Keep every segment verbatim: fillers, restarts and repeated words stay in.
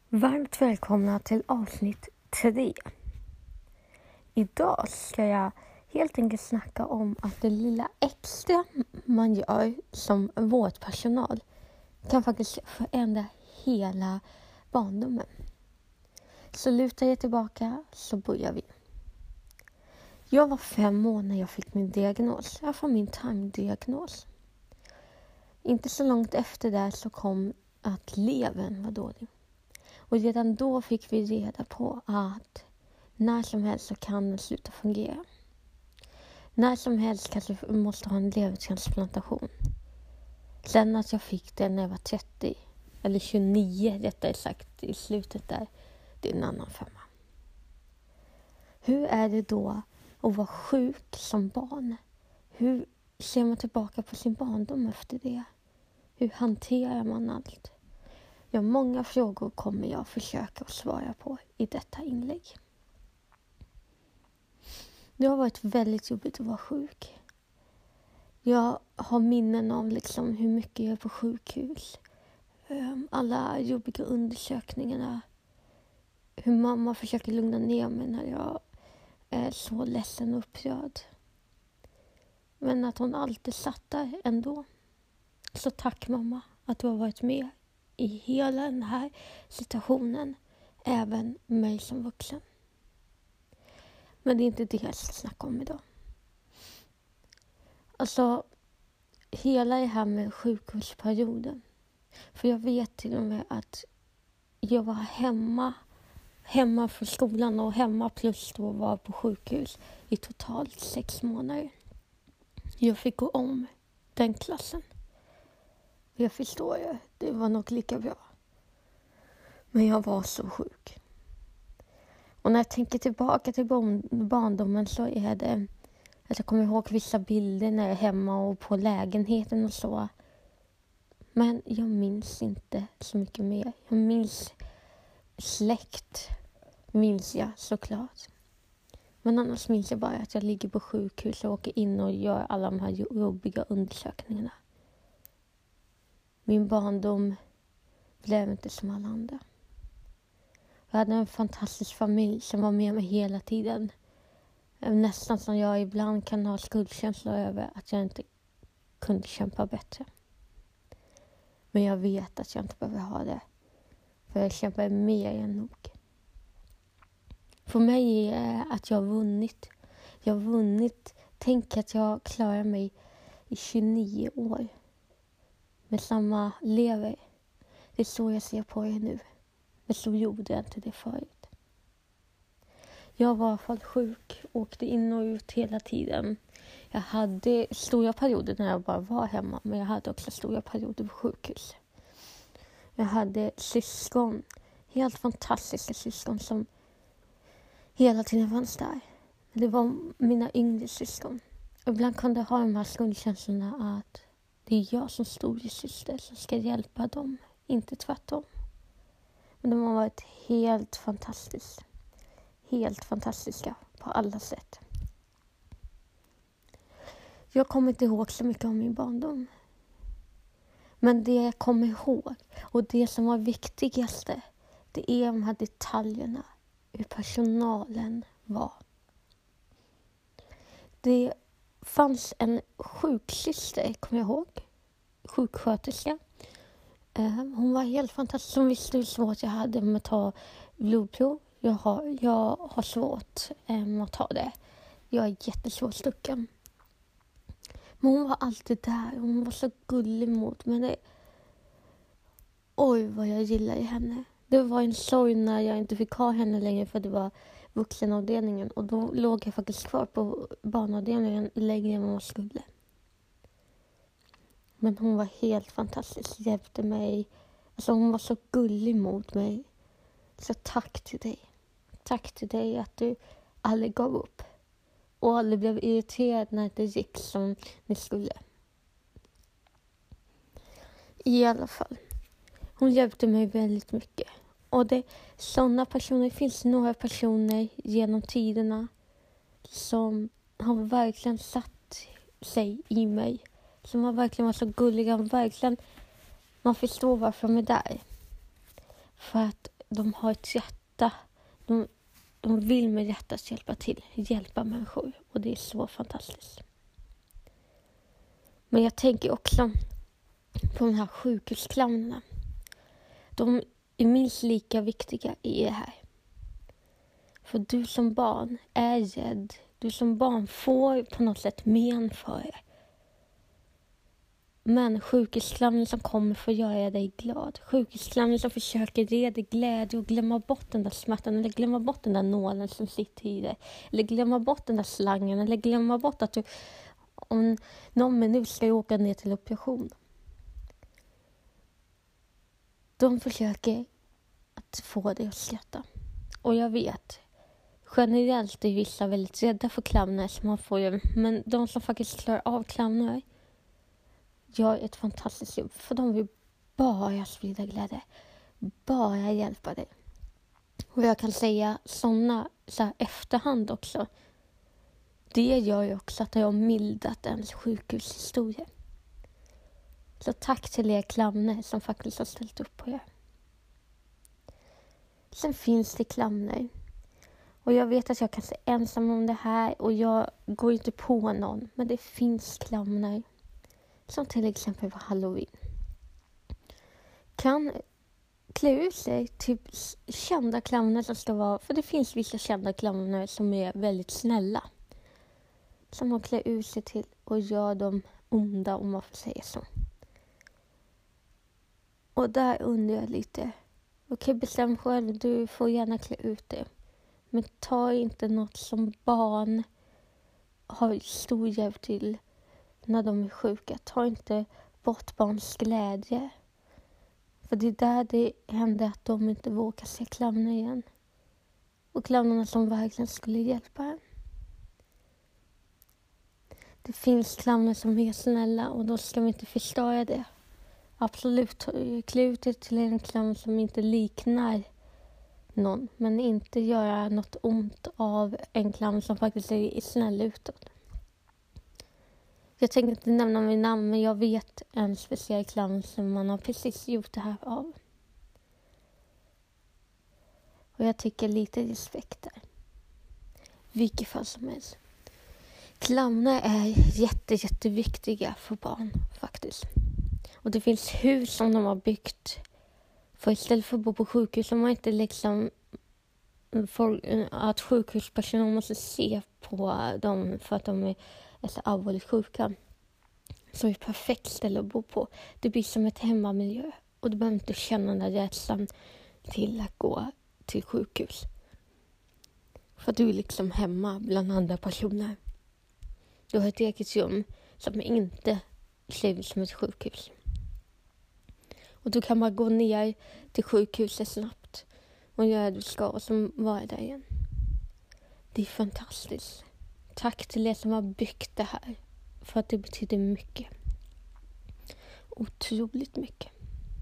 Varmt välkomna till avsnitt tre. Idag ska jag helt enkelt snacka om att det lilla extra man gör som vårdpersonal kan faktiskt förändra hela barndomen. Så luta er tillbaka så börjar vi. Jag var fem år när jag fick min diagnos. Jag får min tarmdiagnos. Inte så långt efter det så kom att levern var dålig. Och redan då fick vi reda på att när som helst så kan den sluta fungera. När som helst kanske vi måste ha en levertransplantation. Sen att jag fick det när jag var trettio, eller tjugonio rättare sagt i slutet där, det är en annan femma. Hur är det då att vara sjuk som barn? Hur ser man tillbaka på sin barndom efter det? Hur hanterar man allt? Ja, många frågor kommer jag försöka att svara på i detta inlägg. Det har varit väldigt jobbigt att vara sjuk. Jag har minnen av liksom hur mycket jag är på sjukhus. Alla jobbiga undersökningarna. Hur mamma försöker lugna ner mig när jag är så ledsen och upprörd. Men att hon alltid satt där ändå. Så tack mamma att du har varit med i hela den här situationen, även mig som vuxen. Men det är inte det jag ska snacka om idag. Alltså, hela det här med sjukhusperioden. För jag vet till och med att jag var hemma, hemma från skolan och hemma plus då var på sjukhus i totalt sex månader. Jag fick gå om den klassen. Jag förstår ju, det var nog lika bra. Men jag var så sjuk. Och när jag tänker tillbaka till barndomen så är det att jag kommer ihåg vissa bilder när jag är hemma och på lägenheten och så. Men jag minns inte så mycket mer. Jag minns släkt, minns jag såklart. Men annars minns jag bara att jag ligger på sjukhus och åker in och gör alla de här jobbiga undersökningarna. Min barndom blev inte som alla andra. Jag hade en fantastisk familj som var med mig hela tiden. Nästan som jag ibland kan ha skuldkänsla över att jag inte kunde kämpa bättre. Men jag vet att jag inte behöver ha det. För jag kämpar mer än nog. För mig är att jag har vunnit. Jag har vunnit. Tänk att jag klarar mig i tjugonio år. Med samma lever. Det är så jag ser på det nu. Men så gjorde jag inte det förut. Jag var i alla fall sjuk. Åkte in och ut hela tiden. Jag hade stora perioder när jag bara var hemma. Men jag hade också stora perioder på sjukhus. Jag hade syskon. Helt fantastiska syskon som hela tiden fanns där. Det var mina yngre syskon. Och ibland kunde jag ha de här skuldkänslorna att det är jag som storasyster som ska hjälpa dem, inte tvärtom. Men de har varit helt fantastiska. Helt fantastiska på alla sätt. Jag kommer inte ihåg så mycket om min barndom. Men det jag kommer ihåg och det som var viktigaste, det är de här detaljerna. Hur personalen var. Det fanns en sjuksyster, kommer jag ihåg. Sjuksköterska. Hon var helt fantastisk. Hon visste hur svårt jag hade med att ta blodprov. Jag har, jag har svårt um, att ta det. Jag är jättesvårt stucken. Men hon var alltid där. Hon var så gullig mot mig. Det... Oj, vad jag gillar i henne. Det var en sorg när jag inte fick ha henne längre för det var vuxenavdelningen. Och då låg jag faktiskt kvar på barnavdelningen längre än vad jag skulle. Men hon var helt fantastisk. Hjälpte mig. Alltså hon var så gullig mot mig. Så tack till dig. Tack till dig att du aldrig gav upp. Och aldrig blev irriterad när det gick som ni skulle. I alla fall. Hon hjälpte mig väldigt mycket. Och det sådana personer, det finns några personer genom tiderna som har verkligen satt sig i mig. Som har verkligen varit så gulliga och verkligen man förstår varför de är där. För att de har ett hjärta. De, de vill med hjärtat hjälpa till. Hjälpa människor. Och det är så fantastiskt. Men jag tänker också på de här sjukhusclownerna. De är minst lika viktiga i det här. För du som barn är rädd. Du som barn får på något sätt men för det. Men sjukhusclownen som kommer för att göra dig glad. Sjukhusclownen som försöker ge dig glädje och glömma bort den där smärtan. Eller glömma bort den där nålen som sitter i dig. Eller glömma bort den där slangen. Eller glömma bort att du om någon minut ska åka ner till operation. De försöker att få dig att skratta. Och jag vet, generellt är vissa väldigt rädda för clowner som man får ju. Men de som faktiskt klarar av clowner gör ett fantastiskt jobb. För de vill bara sprida glädje. Bara hjälpa dig. Och jag kan säga sådana så här efterhand också. Det gör ju också att jag har mildat ens sjukhushistoria. Så tack till er clowner som faktiskt har ställt upp på er. Sen finns det clowner. Och jag vet att jag kanske är ensam om det här. Och jag går inte på någon. Men det finns clowner. Som till exempel på Halloween. Kan klä ut sig typ kända clowner som ska vara. För det finns vissa kända clowner som är väldigt snälla. Som har klä ut sig till och gör dem onda, om man får säga så. Och där undrar jag lite. Okej, bestäm själv. Du får gärna klä ut det. Men ta inte något som barn har stor hjälp till när de är sjuka. Ta inte bort barns glädje. För det är där det händer att de inte vågar se clowner igen. Och clownerna som verkligen skulle hjälpa en. Det finns clowner som är snälla och då ska vi inte förstöra det. Absolut, klä ut det till en clown som inte liknar någon. Men inte göra något ont av en clown som faktiskt är snäll utåt. Jag tänker inte nämna min namn, men jag vet en speciell clown som man har precis gjort det här av. Och jag tycker lite respekt där. Vilket fall som helst. Clowner är jätte, jätteviktiga för barn faktiskt. Och det finns hus som de har byggt. För istället för att bo på sjukhus så man inte liksom för att sjukhuspersoner måste se på dem för att de är så allvarligt sjuka. Så är det ett perfekt ställe att bo på. Det blir som ett hemmamiljö. Och du behöver inte känna den där rädslan till att gå till sjukhus. För du är liksom hemma bland andra personer. Du har ett eget rum som inte ser ut som ett sjukhus. Och du kan bara gå ner till sjukhuset snabbt och göra det du ska och så vara där igen. Det är fantastiskt. Tack till er som har byggt det här. För att det betyder mycket. Otroligt mycket.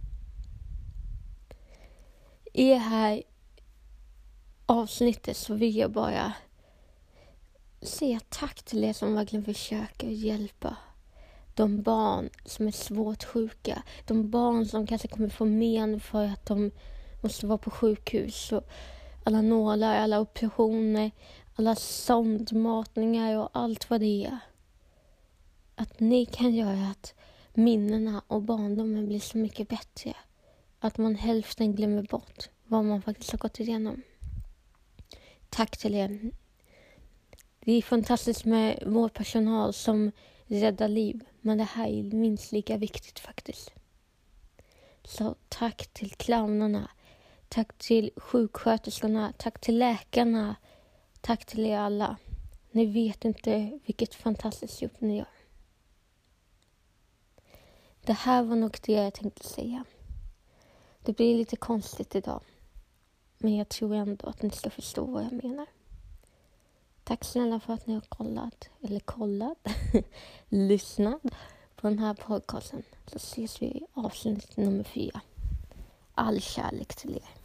I det här avsnittet så vill jag bara säga tack till er som verkligen försöker hjälpa de barn som är svårt sjuka. De barn som kanske kommer få men för att de måste vara på sjukhus. Och alla nålar, alla operationer, alla sondmatningar och allt vad det är. Att ni kan göra att minnena och barndomen blir så mycket bättre. Att man hälften glömmer bort vad man faktiskt har gått igenom. Tack till er. Det är fantastiskt med vår personal som räddar liv. Men det här är minst lika viktigt faktiskt. Så tack till clownerna. Tack till sjuksköterskorna. Tack till läkarna. Tack till er alla. Ni vet inte vilket fantastiskt jobb ni gör. Det här var nog det jag tänkte säga. Det blir lite konstigt idag. Men jag tror ändå att ni ska förstå vad jag menar. Tack snälla för att ni har kollat. Eller kollat. lyssnat på den här podcasten. Så ses vi i avsnitt nummer fyra. All kärlek till er.